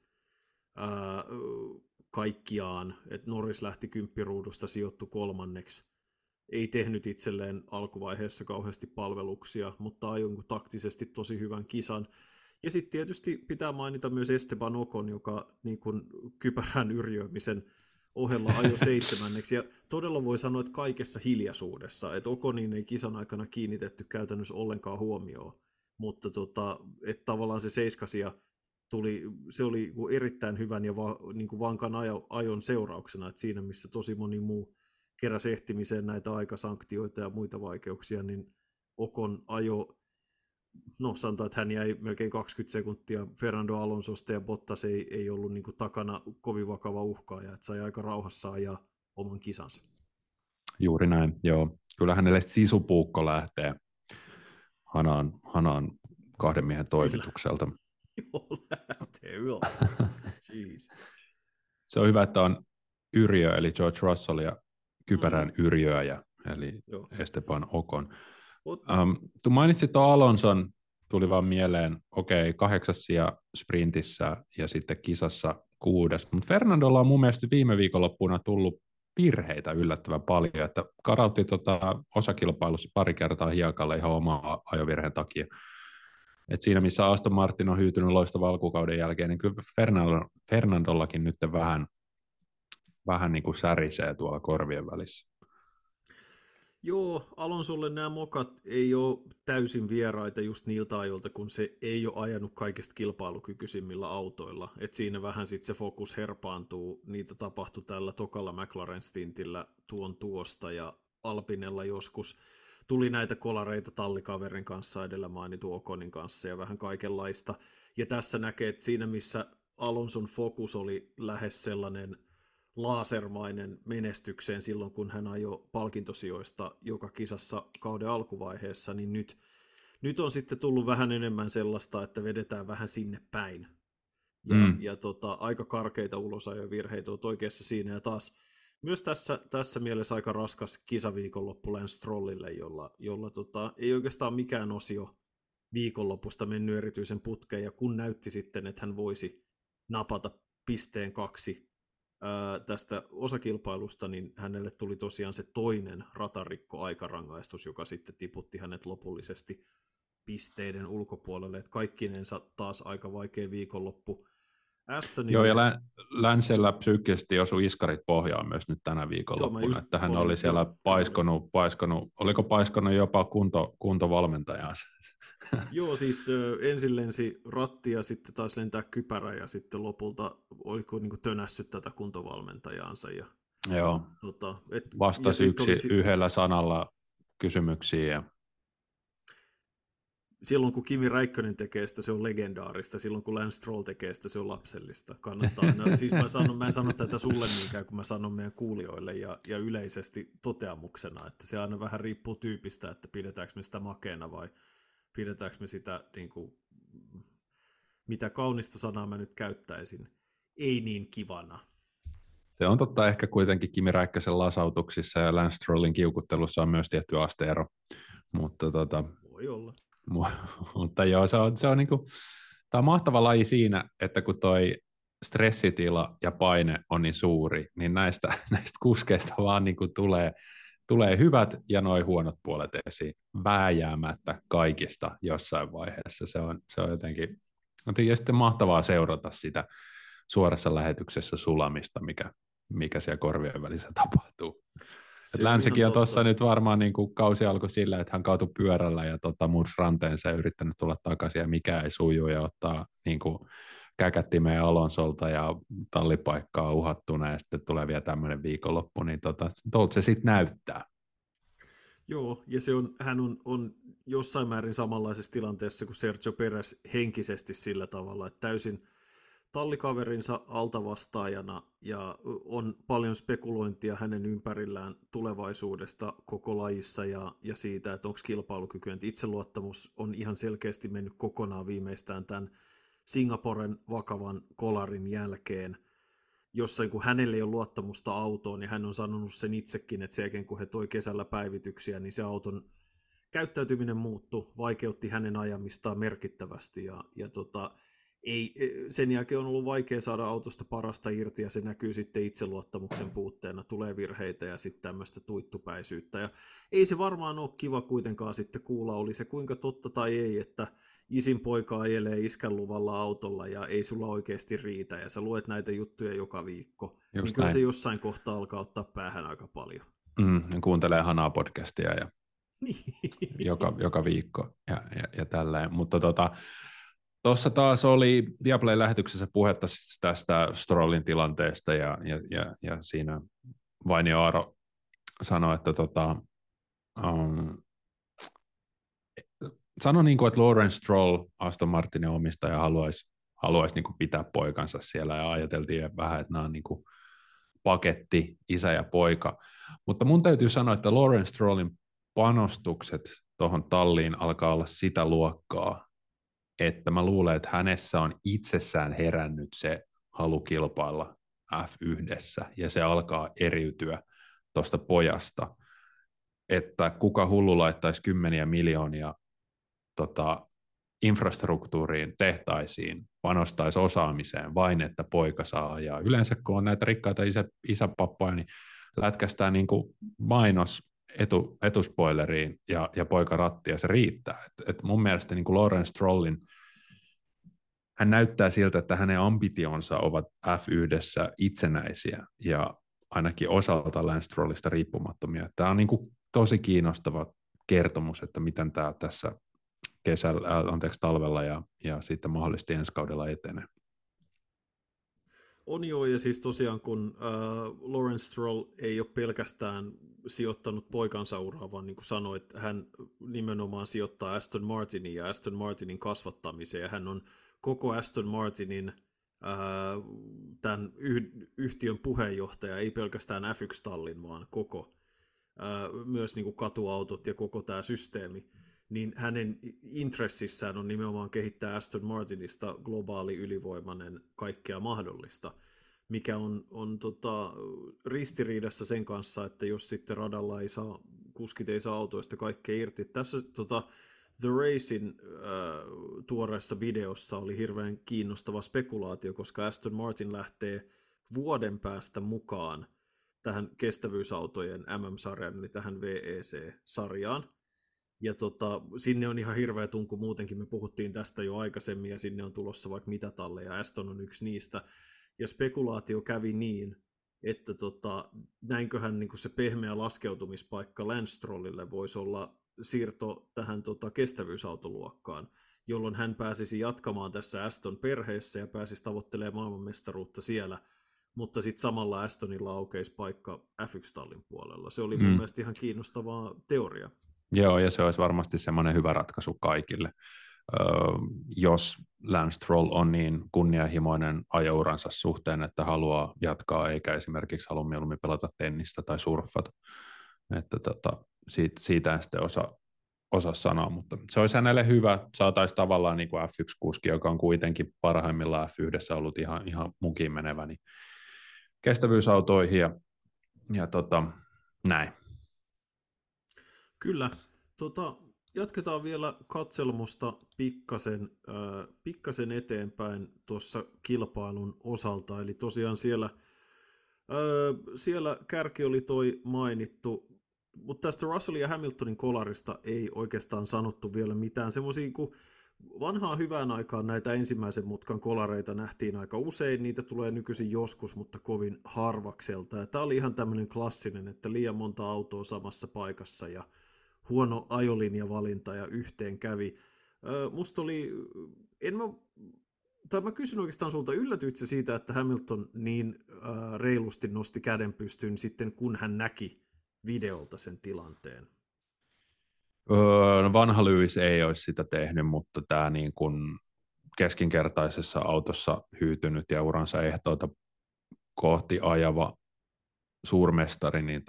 kaikkiaan, että Norris lähti kymppiruudusta, sijoittui 3. Ei tehnyt itselleen alkuvaiheessa kauheasti palveluksia, mutta ajoi taktisesti tosi hyvän kisan. Ja sitten tietysti pitää mainita myös Esteban Ocon, joka niin kuin kypärän yrjöimisen ohella ajoi 7. Ja todella voi sanoa, että kaikessa hiljaisuudessa. Että Oconin ei kisan aikana kiinnitetty käytännössä ollenkaan huomioon. Mutta että tavallaan se 7 se oli erittäin hyvän ja niin kuin vankan ajon seurauksena. Että siinä missä tosi moni muu keräsi ehtimiseen näitä aikasanktioita ja muita vaikeuksia, niin Ocon ajo, no sanotaan, että hän jäi melkein 20 sekuntia Fernando Alonsosta ja Bottas ei ollut niin kuin takana kovin vakava uhkaaja, että sai aika rauhassa ajaa oman kisansa. Juuri näin, joo. Kyllä hänelle sisupuukko lähtee hanaan 2 miehen toimitukselta. Joo, lähtee joo. Jeez. Se on hyvä, että on Yrjö, eli George Russell, ja kypärän yrjöjä, eli Esteban Ocon. Tu mainitsit tuon Alonson, tuli vaan mieleen, 8. sija sprintissä ja sitten kisassa 6. Mutta Fernandolla on mun mielestä viime viikonloppuna tullut virheitä yllättävän paljon, että karautti osakilpailussa pari kertaa hiekalle ihan omaa ajovirheen takia. Et siinä, missä Aston Martin on hyytynyt loistavan alkukauden jälkeen, niin kyllä Fernandollakin nyt vähän niin kuin särisee tuolla korvien välissä. Joo, Alonsolle nämä mokat ei ole täysin vieraita just niiltä ajoilta, kun se ei ole ajanut kaikista kilpailukykyisimmillä autoilla. Et siinä vähän sitten se fokus herpaantuu. Niitä tapahtui tällä tokalla McLaren-stintillä tuosta ja Alpinella joskus. Tuli näitä kolareita tallikaverin kanssa edellä mainitun Oconin kanssa ja vähän kaikenlaista. Ja tässä näkee, että siinä missä Alonson fokus oli lähes sellainen laasermainen menestykseen silloin, kun hän ajoi palkintosijoista joka kisassa kauden alkuvaiheessa, niin nyt on sitten tullut vähän enemmän sellaista, että vedetään vähän sinne päin. Ja aika karkeita ulosajovirheitä on oikeassa siinä, ja taas myös tässä mielessä aika raskas kisaviikonloppu Lance Strollille, jolla ei oikeastaan mikään osio viikonlopusta mennyt erityisen putkeen, ja kun näytti sitten, että hän voisi napata pisteen 2 tästä osakilpailusta, niin hänelle tuli tosiaan se toinen ratarikko-aikarangaistus, joka sitten tiputti hänet lopullisesti pisteiden ulkopuolelle, että kaikkinensa taas aika vaikea viikonloppu. Joo, ja Länsellä psyykkisesti osui iskarit pohjaan myös nyt tänä viikonloppuna, että hän oli siellä paiskonut, oliko paiskonut jopa kuntovalmentajansa. Joo, siis ensin lensi ratti ja sitten taas lentää kypärä ja sitten lopulta oliko niin kuin tönässyt tätä kuntovalmentajaansa. Joo, Ja vastasi sitten oli yhdellä sanalla kysymyksiin. Ja... silloin kun Kimi Räikkönen tekee sitä, se on legendaarista. Silloin kun Lance Stroll tekee sitä, se on lapsellista. Kannattaa aina, siis mä en sano tätä sulle niinkään, kun mä sanon meidän kuulijoille ja yleisesti toteamuksena, että se aina vähän riippuu tyypistä, että pidetäänkö me sitä makeena vai pidetäänkö me sitä, niin kuin, mitä kaunista sanaa mä nyt käyttäisin, ei niin kivana. Se on totta, ehkä kuitenkin Kimi Räikkösen lasautuksissa ja Lance Strollin kiukuttelussa on myös tietty asteero, mutta Voi olla. mutta joo, se on niinku, tämä on mahtava laji siinä, että kun toi stressitila ja paine on niin suuri, niin näistä kuskeista vaan niinku tulee hyvät ja noin huonot puolet esiin vääjäämättä kaikista jossain vaiheessa. Se on jotenkin sitten mahtavaa seurata sitä suorassa lähetyksessä sulamista, mikä siellä korvien välissä tapahtuu. Länsikin on tuossa nyt varmaan niin kuin kausi alkoi sillä, että hän kaatui pyörällä ja mursi ranteensa ja yrittänyt tulla takaisin ja mikä ei suju ja ottaa niin kuin käkättimeen Alonsolta ja tallipaikkaa uhattuna ja sitten tulee vielä tämmöinen viikonloppu, niin tuolta se sitten näyttää. Joo, ja hän on jossain määrin samanlaisessa tilanteessa kuin Sergio Perez henkisesti sillä tavalla, että täysin tallikaverinsa altavastaajana ja on paljon spekulointia hänen ympärillään tulevaisuudesta koko lajissa ja siitä, että onko kilpailukykyinen. Itseluottamus on ihan selkeästi mennyt kokonaan viimeistään tämän Singaporen vakavan kolarin jälkeen, jossain kun hänellä ei ole luottamusta autoon, ja hän on sanonut sen itsekin, että sen kun he toi kesällä päivityksiä, niin se auton käyttäytyminen muuttui, vaikeutti hänen ajamistaan merkittävästi, sen jälkeen on ollut vaikea saada autosta parasta irti, ja se näkyy sitten itseluottamuksen puutteena, tulee virheitä ja sitten tämmöistä tuittupäisyyttä, ja ei se varmaan ole kiva kuitenkaan sitten kuulla, oli se kuinka totta tai ei, että isin poika ajelee iskän luvalla autolla ja ei sulla oikeasti riitä, ja sä luet näitä juttuja joka viikko, niin kyllä se jossain kohtaa alkaa ottaa päähän aika paljon. Kuuntelee Hanaa podcastia ja joka viikko ja tälleen, mutta tuossa taas oli Viaplay-lähetyksessä puhetta tästä Strollin tilanteesta ja siinä Vainio Aaro sanoi, että sanoi niin kuin, että Lawrence Stroll, Aston Martinin omistaja, haluaisi niin kuin pitää poikansa siellä ja ajateltiin vähän, että nämä on niin kuin paketti, isä ja poika. Mutta mun täytyy sanoa, että Lawrence Strollin panostukset tuohon talliin alkaa olla sitä luokkaa, että mä luulen, että hänessä on itsessään herännyt se halu kilpailla F1, ja se alkaa eriytyä tuosta pojasta, että kuka hullu laittaisi 10 miljoonia infrastruktuuriin, tehtaisiin, panostaisi osaamiseen vain, että poika saa ajaa. Yleensä kun on näitä rikkaita isäpappoja, niin lätkästään niin kuin mainos etuspoileriin ja poika ratti, ja se riittää. Et mun mielestä niin kuin Lawrence Strollin, hän näyttää siltä, että hänen ambitionsa ovat F1 itsenäisiä ja ainakin osalta Lance Strollista riippumattomia. Tämä on niin kuin tosi kiinnostava kertomus, että miten tämä tässä talvella ja sitten mahdollisesti ensi kaudella etenee. On joo, ja siis tosiaan kun Lawrence Stroll ei ole pelkästään sijoittanut poikansa uraa, vaan niin kuin sanoit, hän nimenomaan sijoittaa Aston Martinin ja Aston Martinin kasvattamiseen, ja hän on koko Aston Martinin tämän yhtiön puheenjohtaja, ei pelkästään F1-tallin, vaan koko, myös niin kuin katuautot ja koko tämä systeemi, niin hänen intressissään on nimenomaan kehittää Aston Martinista globaali ylivoimainen kaikkea mahdollista, mikä on ristiriidassa sen kanssa, että jos sitten radalla kuskit ei saa autoista kaikkea irti. Tässä The Racin tuoreessa videossa oli hirveän kiinnostava spekulaatio, koska Aston Martin lähtee vuoden päästä mukaan tähän kestävyysautojen MM-sarjan, eli tähän VEC-sarjaan. Ja sinne on ihan hirveä tunku muutenkin, me puhuttiin tästä jo aikaisemmin, ja sinne on tulossa vaikka mitä talleja, Aston on yksi niistä. Ja spekulaatio kävi niin, että näinköhän niin kuin se pehmeä laskeutumispaikka Lance Strollille voisi olla siirto tähän kestävyysautoluokkaan, jolloin hän pääsisi jatkamaan tässä Aston perheessä ja pääsisi tavoittelemaan maailmanmestaruutta siellä, mutta sitten samalla Astonilla aukeisi paikka F1-tallin puolella. Se oli mun mielestä ihan kiinnostavaa teoria. Joo, ja se olisi varmasti semmoinen hyvä ratkaisu kaikille. Jos Lance Stroll on niin kunnianhimoinen ajouransa suhteen, että haluaa jatkaa, eikä esimerkiksi halua mieluummin pelata tennistä tai surffata. Että siitä en sitten osaa sanoa, mutta se olisi hänelle hyvä. Saataisiin tavallaan niin kuin F1-kuski, joka on kuitenkin parhaimmillaan F1 ollut ihan mukiin menevä, niin kestävyysautoihin ja näin. Kyllä. Jatketaan vielä katselmusta pikkasen eteenpäin tuossa kilpailun osalta. Eli tosiaan siellä kärki oli toi mainittu, mutta tästä Russellin ja Hamiltonin kolarista ei oikeastaan sanottu vielä mitään. Semmoisia kuin vanhaan hyvään aikaan näitä ensimmäisen mutkan kolareita nähtiin aika usein, niitä tulee nykyisin joskus, mutta kovin harvakselta. Ja tämä oli ihan tämmöinen klassinen, että liian monta autoa samassa paikassa ja huono ajolinjavalinta ja yhteen kävi. Musta oli, mä kysyn oikeastaan sulta, yllätyitsä siitä, että Hamilton niin reilusti nosti käden pystyyn sitten, kun hän näki videolta sen tilanteen? No vanha Lewis ei olisi sitä tehnyt, mutta tämä niin kuin keskinkertaisessa autossa hyytynyt ja uransa ehtoota kohti ajava suurmestari, niin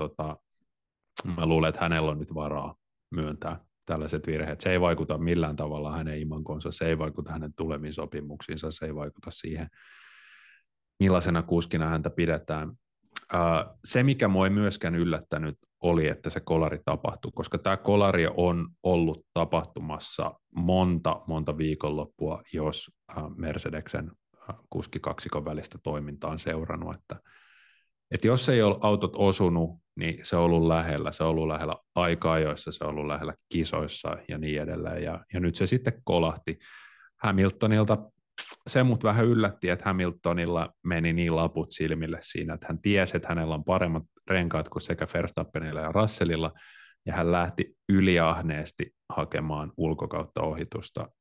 mä luulen, että hänellä on nyt varaa myöntää tällaiset virheet. Se ei vaikuta millään tavalla hänen imagonsa, se ei vaikuta hänen tuleviin sopimuksiinsa, se ei vaikuta siihen, millaisena kuskina häntä pidetään. Se, mikä mua ei myöskään yllättänyt, oli, että se kolari tapahtui, koska tämä kolari on ollut tapahtumassa monta viikonloppua, jos Mercedeksen kuskikaksikon välistä toimintaa on seurannut, että jos ei ole autot osunut, niin se on ollut lähellä aika-ajoissa, se on ollut lähellä kisoissa ja niin edelleen, ja nyt se sitten kolahti Hamiltonilta. Se mut vähän yllätti, että Hamiltonilla meni niin laput silmille siinä, että hän tiesi, että hänellä on paremmat renkaat kuin sekä Verstappenilla ja Russellilla, ja hän lähti yliahneesti hakemaan ulkokautta ohitusta,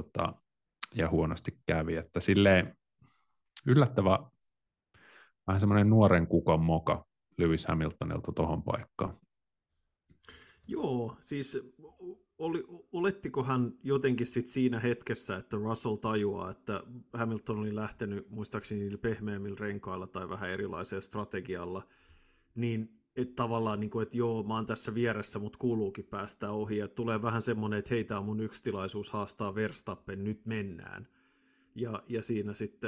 ja huonosti kävi, että silleen yllättävä, vähän semmoinen nuoren kukon moka Lewis Hamiltonilta tuohon paikkaan. Joo, siis olettiko hän jotenkin sit siinä hetkessä, että Russell tajuaa, että Hamilton oli lähtenyt muistaakseni pehmeämmillä renkailla tai vähän erilaisella strategialla, niin että tavallaan, niin kuin, että joo, mä oon tässä vieressä, mutta kuuluukin päästää ohi, ja tulee vähän semmoinen, että hei, tää on mun yksi tilaisuus haastaa Verstappen, nyt mennään. Ja siinä sitten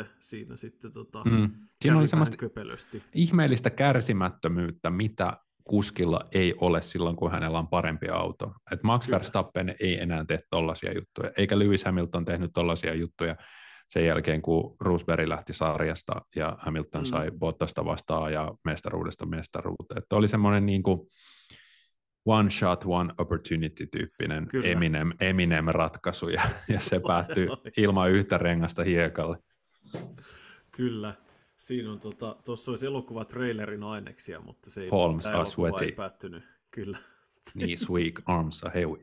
Siinä oli semmoista köpelösti. Ihmeellistä kärsimättömyyttä, mitä kuskilla ei ole silloin, kun hänellä on parempi auto. Et Max Verstappen ei enää tee tollaisia juttuja, eikä Lewis Hamilton tehnyt tollaisia juttuja sen jälkeen, kun Rosberg lähti sarjasta ja Hamilton sai Bottasta vastaan ja mestaruudesta mestaruuteen. Et oli semmoinen niin kuin one shot, one opportunity -tyyppinen Eminem-ratkaisu, ja se päättyi ilman yhtä rengasta hiekalle. Kyllä. Siinä on tuossa olisi elokuva-trailerin aineksia, mutta se ei, Palms are sweaty. Ei päättynyt. Kyllä. Knees weak, arms are heavy.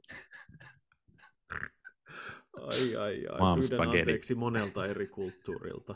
Ai. Mom Pyydän anteeksi monelta eri kulttuurilta.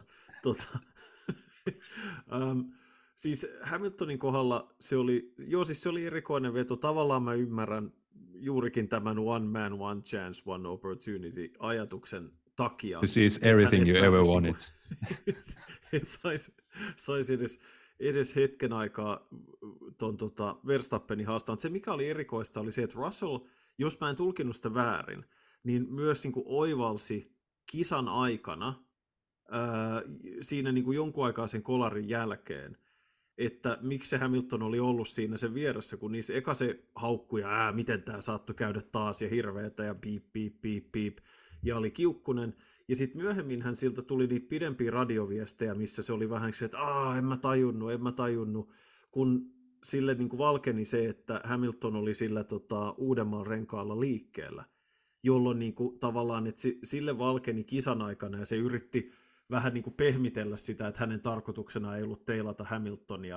Siis Hamiltonin kohdalla se oli erikoinen veto. Tavallaan mä ymmärrän juurikin tämän one man, one chance, one opportunity -ajatuksen takia. To seize everything you ever wanted. Että sais edes hetken aikaa ton Verstappenin haastaan. Se, mikä oli erikoista, oli se, että Russell, jos mä en tulkinut sitä väärin, niin myös niin kuin oivalsi kisan aikana siinä niin kuin jonkun aikaa sen kolarin jälkeen, että miksi se Hamilton oli ollut siinä sen vieressä, kun niissä eka se haukkui ja miten tämä saattoi käydä taas ja hirveetä ja piip, ja oli kiukkunen. Ja sitten myöhemmin hän siltä tuli niitä pidempiä radioviestejä, missä se oli vähän se, että en mä tajunnut, kun sille niin kuin valkeni se, että Hamilton oli sillä uudemmalla renkaalla liikkeellä, jolloin niin kuin, tavallaan, että sille valkeni kisan aikana ja se yritti vähän niin kuin pehmitellä sitä, että hänen tarkoituksena ei ollut teilata Hamiltonia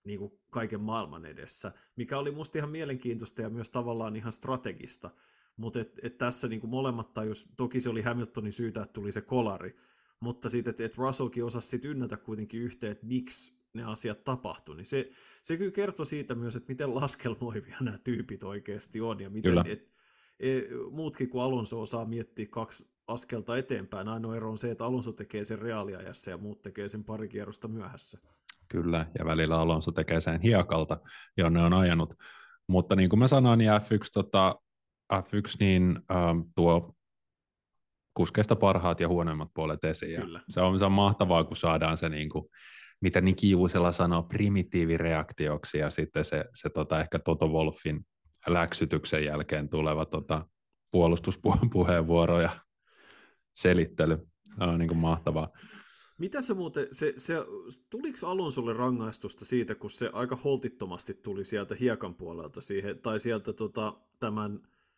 niin kuin kaiken maailman edessä, mikä oli musta ihan mielenkiintoista ja myös tavallaan ihan strategista, mutta et tässä niin kuin molemmat tajus, toki se oli Hamiltonin syytä, että tuli se kolari, mutta sitten, että Russellkin osasi sitten ynnätä kuitenkin yhteen, että miksi ne asiat tapahtui, niin se kyllä kertoi siitä myös, että miten laskelmoivia nämä tyypit oikeasti on, ja miten muutkin kuin Alonso osaa miettiä 2 askelta eteenpäin. Ainoa ero on se, että Alonso tekee sen reaaliajassa ja muut tekee sen pari kierrosta myöhässä. Kyllä, ja välillä Alonso tekee sen hiekalta, jonne on ajanut. Mutta niin kuin mä sanoin, niin F1 niin, tuo kuskeista parhaat ja huonoimmat puolet esiin. Ja se on mahtavaa, kun saadaan se, niin kuin, mitä niin Kiivusella sanoo, primitiivireaktioksi, ja sitten se ehkä Toto Wolffin läksytyksen jälkeen tuleva puolustuspuheenvuoro ja selittely. On niin kuin mahtavaa. Mitä se muuten, tuliko Alonsolle rangaistusta siitä, kun se aika holtittomasti tuli sieltä hiekan puolelta siihen, tai sieltä tämän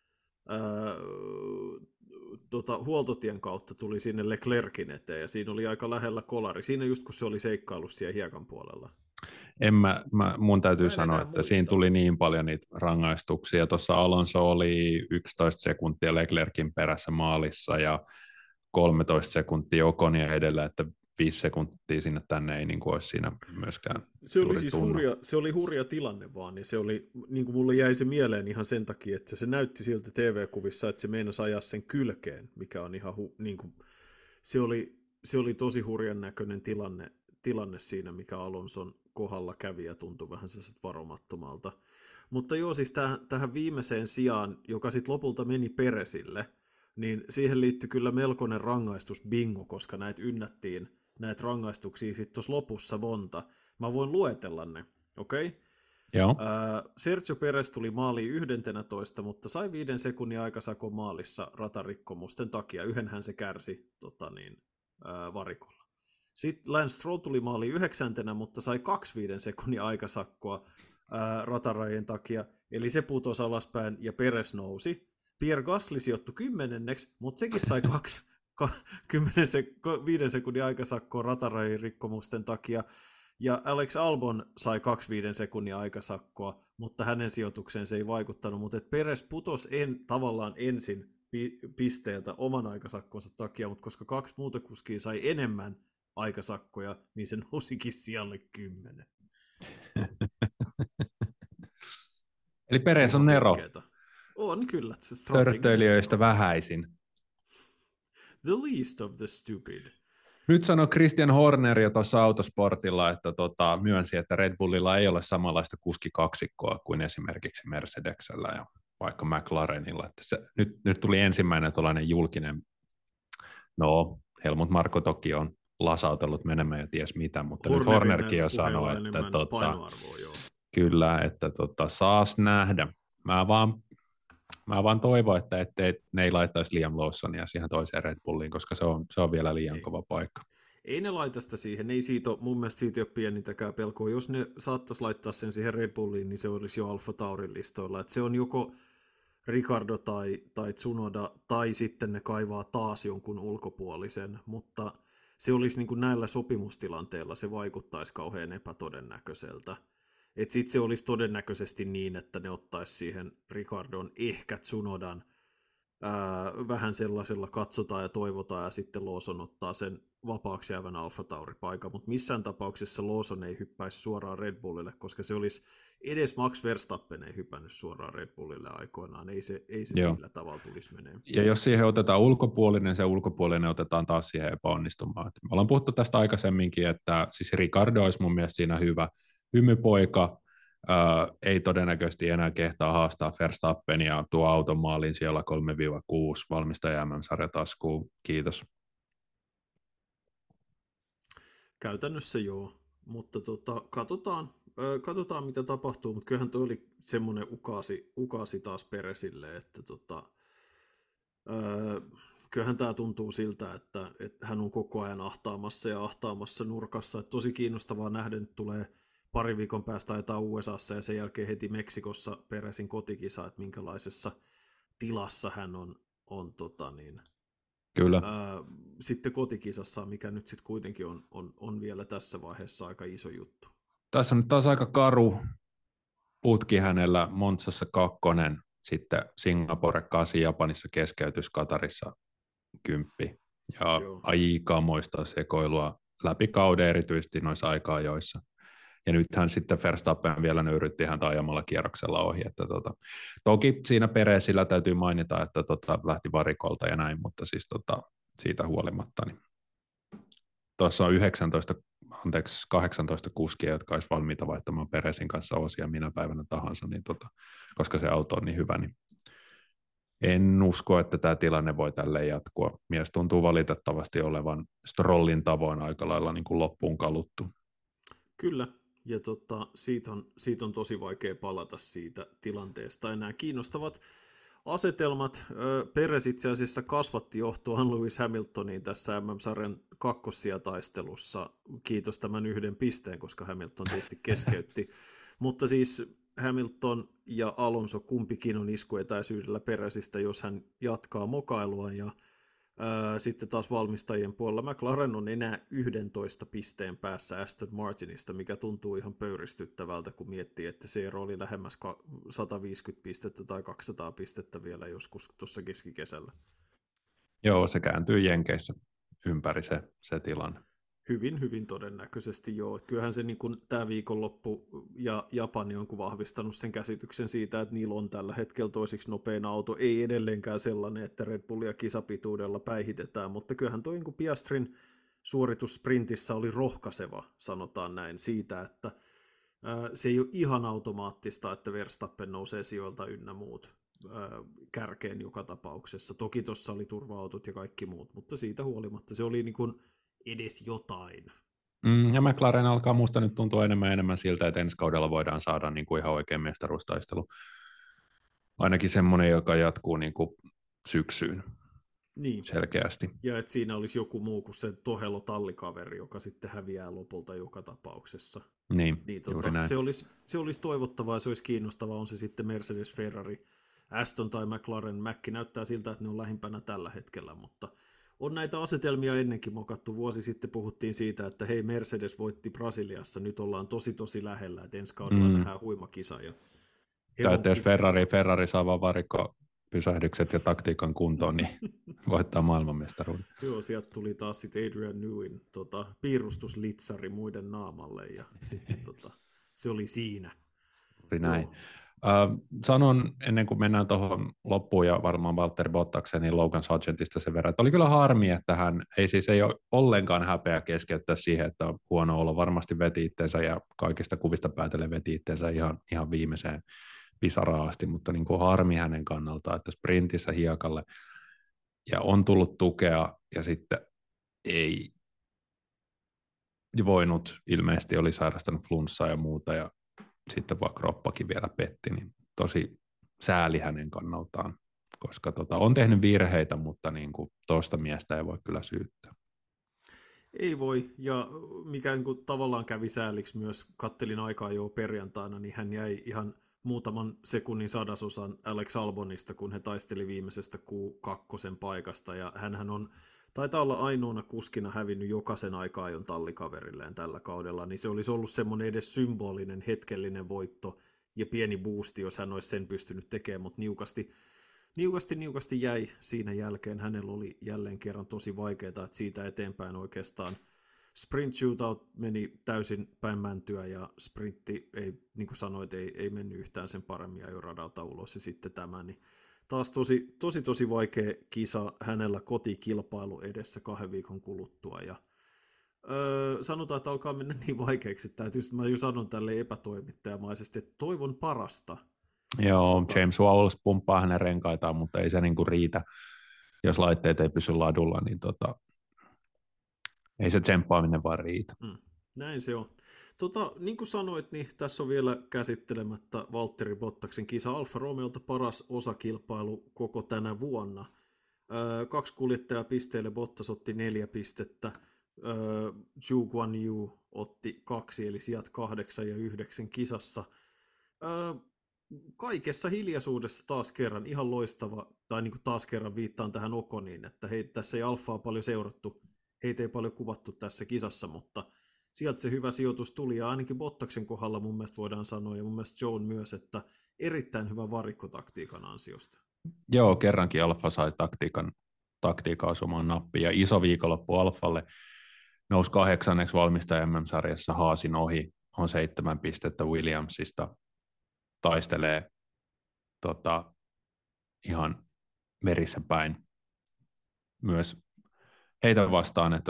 huoltotien kautta tuli sinne Leclerkin eteen, ja siinä oli aika lähellä kolari. Siinä just kun se oli seikkailu siellä hiekan puolella. Mun täytyy sanoa, että siinä tuli niin paljon niitä rangaistuksia. Tuossa Alonso oli 11 sekuntia Leclerkin perässä maalissa, ja 13 sekuntia Oconia edellä, että 5 sekuntia sinne tänne ei niin kuin olisi siinä myöskään. Se oli siis hurja tilanne vaan, ja se oli, niin kuin mulle jäi se mieleen ihan sen takia, että se näytti siltä TV-kuvissa, että se meinasi ajaa sen kylkeen, mikä on ihan, niin kuin, se oli tosi hurjan näköinen tilanne siinä, mikä Alonson kohdalla kävi, ja tuntui vähän sellaiset varomattomalta. Mutta joo, siis tähän viimeiseen sijaan, joka sitten lopulta meni Peresille, niin siihen liittyi kyllä melkoinen rangaistus bingo, koska näitä ynnättiin näitä rangaistuksia sitten tuossa lopussa monta. Mä voin luetella ne, okei? Okay? Joo. Sergio Perez tuli maaliin 11, mutta sai 5 sekunnin aikasakon maalissa ratarikkomusten takia. Yhdenhän se kärsi varikolla. Sitten Lance Stroll tuli maaliin 9, mutta sai 5 sekunnin aikasakkoa ratarajojen takia, eli se putosi alaspäin ja Perez nousi. Pierre Gasly sijoittui 10, mutta sekin sai 5 sekunnin aikasakkoa ratarajojen rikkomusten takia, ja Alex Albon sai 5 sekunnin aikasakkoa, mutta hänen sijoitukseen se ei vaikuttanut, mutta Perez putosi tavallaan ensin pisteeltä oman aikasakkonsa takia, mutta koska 2 muuta kuskia sai enemmän aikasakkoja, niin se nousikin sijalle 10. Eli Perez on nero. On kyllä. Törttöilijöistä vähäisin. The least of the stupid. Nyt sanoi Christian Horner jo tuossa Autosportilla, että myönsi, että Red Bullilla ei ole samanlaista kuskikaksikkoa kuin esimerkiksi Mercedesellä ja vaikka McLarenilla. Että nyt tuli ensimmäinen tuollainen julkinen, Helmut Marko toki on lasautellut menemään ja ties mitä, mutta nyt Hornerkin jo sanoi, että kyllä, että saas nähdä. Mä vaan toivon, että ne ei laittaisi Liam Lawsonia siihen toiseen Red Bulliin, koska se on vielä liian kova paikka. Ei ne laita sitä siihen, mun mielestä siitä ei ole pienintäkään pelkoa. Jos ne saattaisi laittaa sen siihen Red Bulliin, niin se olisi jo Alfa Taurin listoilla. Että se on joko Ricardo tai Tsunoda, tai sitten ne kaivaa taas jonkun ulkopuolisen, mutta se olisi niin kuin näillä sopimustilanteilla, se vaikuttaisi kauhean epätodennäköiseltä. Että sitten se olisi todennäköisesti niin, että ne ottaisi siihen Ricardon, ehkä Tsunodan, vähän sellaisella katsotaan ja toivotaan, ja sitten Lawson ottaa sen vapaaksi jäävän Alfa Tauri-paikan, mutta missään tapauksessa Lawson ei hyppäisi suoraan Red Bullille, koska se olisi, edes Max Verstappen ei hypännyt suoraan Red Bullille aikoinaan, ei se sillä tavalla tulisi menee. Ja jos siihen otetaan ulkopuolinen, se ulkopuolinen otetaan taas siihen epäonnistumaan. Me ollaan puhuttu tästä aikaisemminkin, että siis Ricardo olisi mun mielestä siinä hyvä hymypoika, ei todennäköisesti enää kehtaa haastaa Verstappenia tuo automaalin siellä 3-6 valmistaja MM-sarjataskuun. Kiitos. Käytännössä joo, mutta katsotaan mitä tapahtuu, mutta kyllähän toi oli semmoinen ukasi taas Peresille, että kyllähän tämä tuntuu siltä, että hän on koko ajan ahtaamassa nurkassa, että tosi kiinnostavaa nähdä, että tulee pari viikon päästä ajetaan USAssa ja sen jälkeen heti Meksikossa Peresin kotikisa, että minkälaisessa tilassa hän on Kyllä. Sitten kotikisassa, mikä nyt sitten kuitenkin on vielä tässä vaiheessa aika iso juttu. Tässä on nyt taas aika karu putki hänellä, Monzassa 2, sitten Singapore 8, Japanissa keskeytys, Katarissa 10. Ja Joo. aikamoista sekoilua läpi kauden erityisesti noissa aika-ajoissa. Ja nythän sitten Verstappen vielä nöyrytti häntä ajamalla kierroksella ohi. Että toki siinä Perezillä täytyy mainita, että lähti varikolta ja näin, mutta siis siitä huolimatta. Niin tuossa on 18 kuskia, jotka olisi valmiita vaihtamaan Perezin kanssa osia minä päivänä tahansa, niin koska se auto on niin hyvä, niin en usko, että tämä tilanne voi tälleen jatkua. Mies tuntuu valitettavasti olevan Strollin tavoin aika lailla niin kuin loppuun kaluttu. Kyllä, ja siitä on tosi vaikea palata siitä tilanteesta. Ja nämä kiinnostavat asetelmat. Perez itse asiassa kasvatti johtoaan Lewis Hamiltoniin tässä MM-sarjan kakkossijataistelussa. Kiitos tämän 1 pisteen, koska Hamilton tietysti keskeytti. Mutta siis Hamilton ja Alonso kumpikin on iskuetäisyydellä Perezistä, jos hän jatkaa mokailua. Ja sitten taas valmistajien puolella McLaren on enää 11 pisteen päässä Aston Martinista, mikä tuntuu ihan pöyristyttävältä, kun miettii, että se ero oli lähemmäs 150 pistettä tai 200 pistettä vielä joskus tuossa keskikesällä. Joo, se kääntyy Jenkeissä ympäri se tilanne. Hyvin, hyvin todennäköisesti joo. Kyllähän se niin kuin tämä viikonloppu ja Japani on vahvistanut sen käsityksen siitä, että niillä on tällä hetkellä toisiksi nopein auto. Ei edelleenkään sellainen, että Red Bullia kisapituudella päihitetään, mutta kyllähän tuo niin kuin Piastrin suoritus sprintissä oli rohkaiseva, sanotaan näin, siitä, että se ei ole ihan automaattista, että Verstappen nousee sijoilta ynnä muut kärkeen joka tapauksessa. Toki tuossa oli turva-autot ja kaikki muut, mutta siitä huolimatta se oli niin kuin edes jotain. Ja McLaren alkaa musta nyt tuntua enemmän ja enemmän siltä, että ensi kaudella voidaan saada niin kuin ihan oikein mestaruustaistelu. Ainakin semmoinen, joka jatkuu niin kuin syksyyn niin. Selkeästi. Ja että siinä olisi joku muu kuin se Tohelo-tallikaveri, joka sitten häviää lopulta joka tapauksessa. Niin juuri näin. Se olisi toivottavaa ja se olisi kiinnostavaa, on se sitten Mercedes, Ferrari, Aston tai McLaren. Mäkki näyttää siltä, että ne on lähimpänä tällä hetkellä, mutta on näitä asetelmia ennenkin mokattu. Vuosi sitten puhuttiin siitä, että hei, Mercedes voitti Brasiliassa, nyt ollaan tosi lähellä, että ensi kaudella nähdään huima kisa. Tai että jos Ferrari saa vaan varikkopysähdykset ja taktiikan kuntoon, niin voittaa maailmanmestaruuden. Joo, sieltä tuli taas sitten Adrian Newin piirustuslitsari muiden naamalle, ja sitten se oli siinä. Näin. Sanon ennen kuin mennään tuohon loppuun ja varmaan Valtteri Bottakseen, niin Logan Sargentista sen verran, että oli kyllä harmi, että hän ei ole ollenkaan häpeä keskeyttää siihen, että on huono olo, varmasti veti itsensä ja kaikista kuvista päätellen veti itsensä ihan viimeiseen pisaraan asti, mutta niin kuin harmi hänen kannaltaan, että sprintissä hiekalle ja on tullut tukea ja sitten ei voinut, ilmeisesti oli sairastanut flunssaa ja muuta ja sitten vaan kroppakin vielä petti, niin tosi sääli hänen kannaltaan, koska on tehnyt virheitä, mutta niin kuin toista miestä ei voi kyllä syyttää. Ei voi, ja mikä niin kuin tavallaan kävi sääliksi myös, kattelin aikaa jo perjantaina, niin hän jäi ihan muutaman sekunnin sadasosan Alex Albonista, kun he taisteli viimeisestä Q2 paikasta, ja hänhän taitaa olla ainoana kuskina hävinnyt jokaisen aika-ajon tallikaverilleen tällä kaudella, niin se olisi ollut semmoinen edes symbolinen hetkellinen voitto ja pieni boosti, jos hän olisi sen pystynyt tekemään, mutta niukasti jäi siinä jälkeen. Hänellä oli jälleen kerran tosi vaikeaa, että siitä eteenpäin oikeastaan sprint shootout meni täysin päin mäntyä ja sprintti, ei, niin kuin sanoit, ei mennyt yhtään sen paremmin ja jo radalta ulos ja sitten tämä, niin taas tosi vaikea kisa hänellä kotikilpailu edessä 2 viikon kuluttua ja sanotaan, että alkaa mennä niin vaikeaksi, että tietysti mä jo sanon tälle epätoimittajamaisesti, että toivon parasta. Joo, James Vowles pumppaa hänen renkaitaan, mutta ei se niinku riitä, jos laitteet ei pysy ladulla, niin ei se tsemppaaminen vaan riitä. Näin se on. Niin kuin sanoit, niin tässä on vielä käsittelemättä Valtteri Bottaksen kisa Alfa Romeolta paras osakilpailu koko tänä vuonna. 2 kuljettajaa pisteille, Bottas otti 4 pistettä, Zhou Guanyu otti 2, eli sijat 8 ja 9 kisassa. Kaikessa hiljaisuudessa taas kerran, ihan loistava, tai niin kuin taas kerran viittaan tähän Oconiin, että hei, tässä ei Alfaa paljon seurattu, heitä ei paljon kuvattu tässä kisassa, mutta sieltä se hyvä sijoitus tuli, ja ainakin Bottaksen kohdalla mun mielestä voidaan sanoa, ja mun mielestä Joan myös, että erittäin hyvä varikkotaktiikan ansiosta. Joo, kerrankin Alfa sai taktiikan osumaan nappiin, ja iso viikonloppu Alfalle nousi 8. valmistaja MM-sarjassa Haasin ohi, on 7 pistettä Williamsista, taistelee ihan merissä päin myös heitä vastaan, että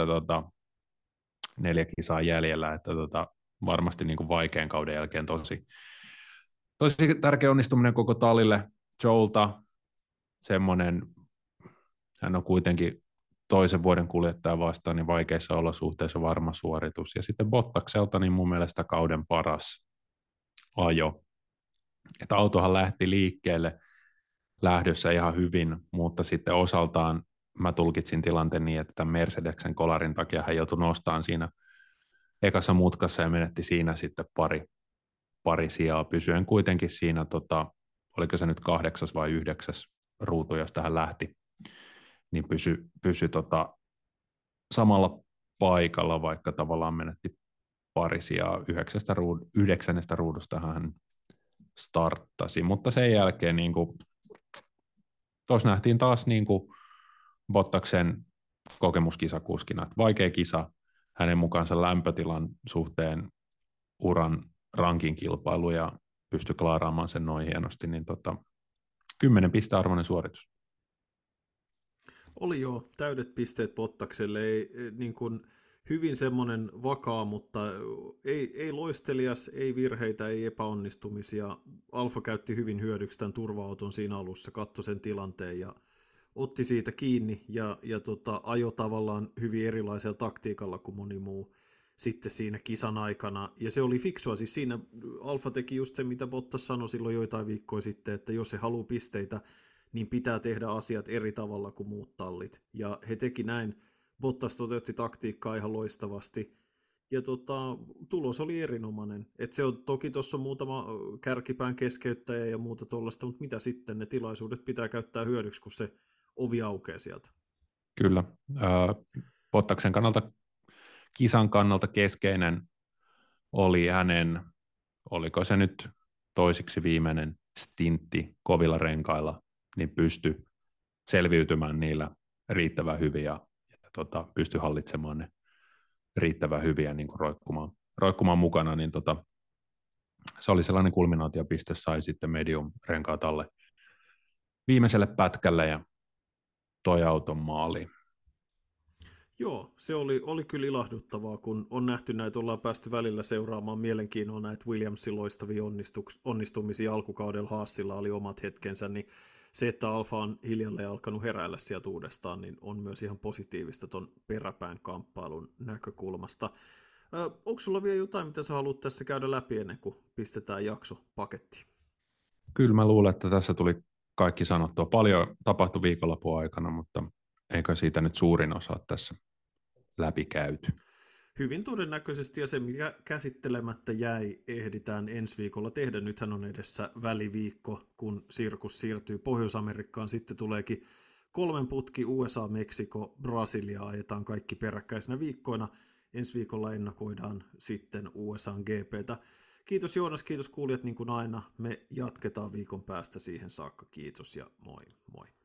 4 kisaa jäljellä, että varmasti niin kuin vaikean kauden jälkeen tosi tärkeä onnistuminen koko tallille. Joelta semmoinen, hän on kuitenkin toisen vuoden kuljettaja vastaan, niin vaikeissa olosuhteissa varma suoritus. Ja sitten Bottakselta niin mun mielestä kauden paras ajo. Että autohan lähti liikkeelle lähdössä ihan hyvin, mutta sitten osaltaan mä tulkitsin tilanteen niin, että tämän Mercedeksen kolarin takia hän joutui nostamaan siinä ekassa mutkassa ja menetti siinä sitten pari sijaa pysyen kuitenkin siinä, oliko se nyt 8. vai 9. ruutu, josta hän lähti, niin pysy samalla paikalla, vaikka tavallaan menetti pari sijaa 9. ruudusta hän starttasi, mutta sen jälkeen niin tuossa nähtiin taas niin kuin Bottaksen kokemuskisakuskina, että vaikea kisa hänen mukaansa lämpötilan suhteen uran rankinkilpailu ja pystyi klaaraamaan sen noin hienosti, niin 10 pistearvoinen suoritus. Oli jo täydet pisteet Bottakselle, ei niin kuin hyvin semmoinen vakaa, mutta ei loistelias, ei virheitä, ei epäonnistumisia. Alfa käytti hyvin hyödyksi tämän turva-auton siinä alussa, katsoi sen tilanteen ja otti siitä kiinni ja ajoi tavallaan hyvin erilaisella taktiikalla kuin moni muu sitten siinä kisan aikana. Ja se oli fiksua, siis siinä Alfa teki just se, mitä Bottas sanoi silloin joitain viikkoja sitten, että jos he haluaa pisteitä, niin pitää tehdä asiat eri tavalla kuin muut tallit. Ja he teki näin. Bottas toteutti taktiikkaa ihan loistavasti. Ja tulos oli erinomainen. Et se on, toki tuossa muutama kärkipään keskeyttäjä ja muuta tuollaista, mutta mitä sitten, ne tilaisuudet pitää käyttää hyödyksi, kun se ovi aukeaa sieltä. Kyllä. Bottaksen kannalta, kisan kannalta keskeinen oli hänen, oliko se nyt toisiksi viimeinen stintti kovilla renkailla, niin pystyi selviytymään niillä riittävän hyvin ja pystyi hallitsemaan ne riittävän hyviä niin kuin roikkumaan mukana, niin se oli sellainen kulminaatiopiste, sai sitten medium-renkaat alle viimeiselle pätkälle ja toi auton maaliin. Joo, se oli kyllä ilahduttavaa, kun on nähty näitä, ollaan päästy välillä seuraamaan mielenkiinnolla näitä Williamsin loistavia onnistumisia alkukaudella. Haasilla oli omat hetkensä, niin se, että Alfa on hiljalleen alkanut heräillä sieltä uudestaan, niin on myös ihan positiivista ton peräpään kamppailun näkökulmasta. Onko sulla vielä jotain, mitä sä haluat tässä käydä läpi ennen kuin pistetään jakso pakettiin? Kyllä mä luulen, että tässä tuli kaikki sanottua. Paljon tapahtui viikonlopun aikana, mutta eikö siitä nyt suurin osa tässä läpikäyty? Hyvin todennäköisesti, ja se mikä käsittelemättä jäi, ehditään ensi viikolla tehdä. Nythän on edessä väliviikko, kun sirkus siirtyy Pohjois-Amerikkaan. Sitten tuleekin 3 putki, USA, Meksiko, Brasilia, ajetaan kaikki peräkkäisenä viikkoina. Ensi viikolla ennakoidaan sitten USA:n GP:tä. Kiitos Joonas, kiitos kuulijat niin kuin aina. Me jatketaan viikon päästä siihen saakka. Kiitos ja moi moi.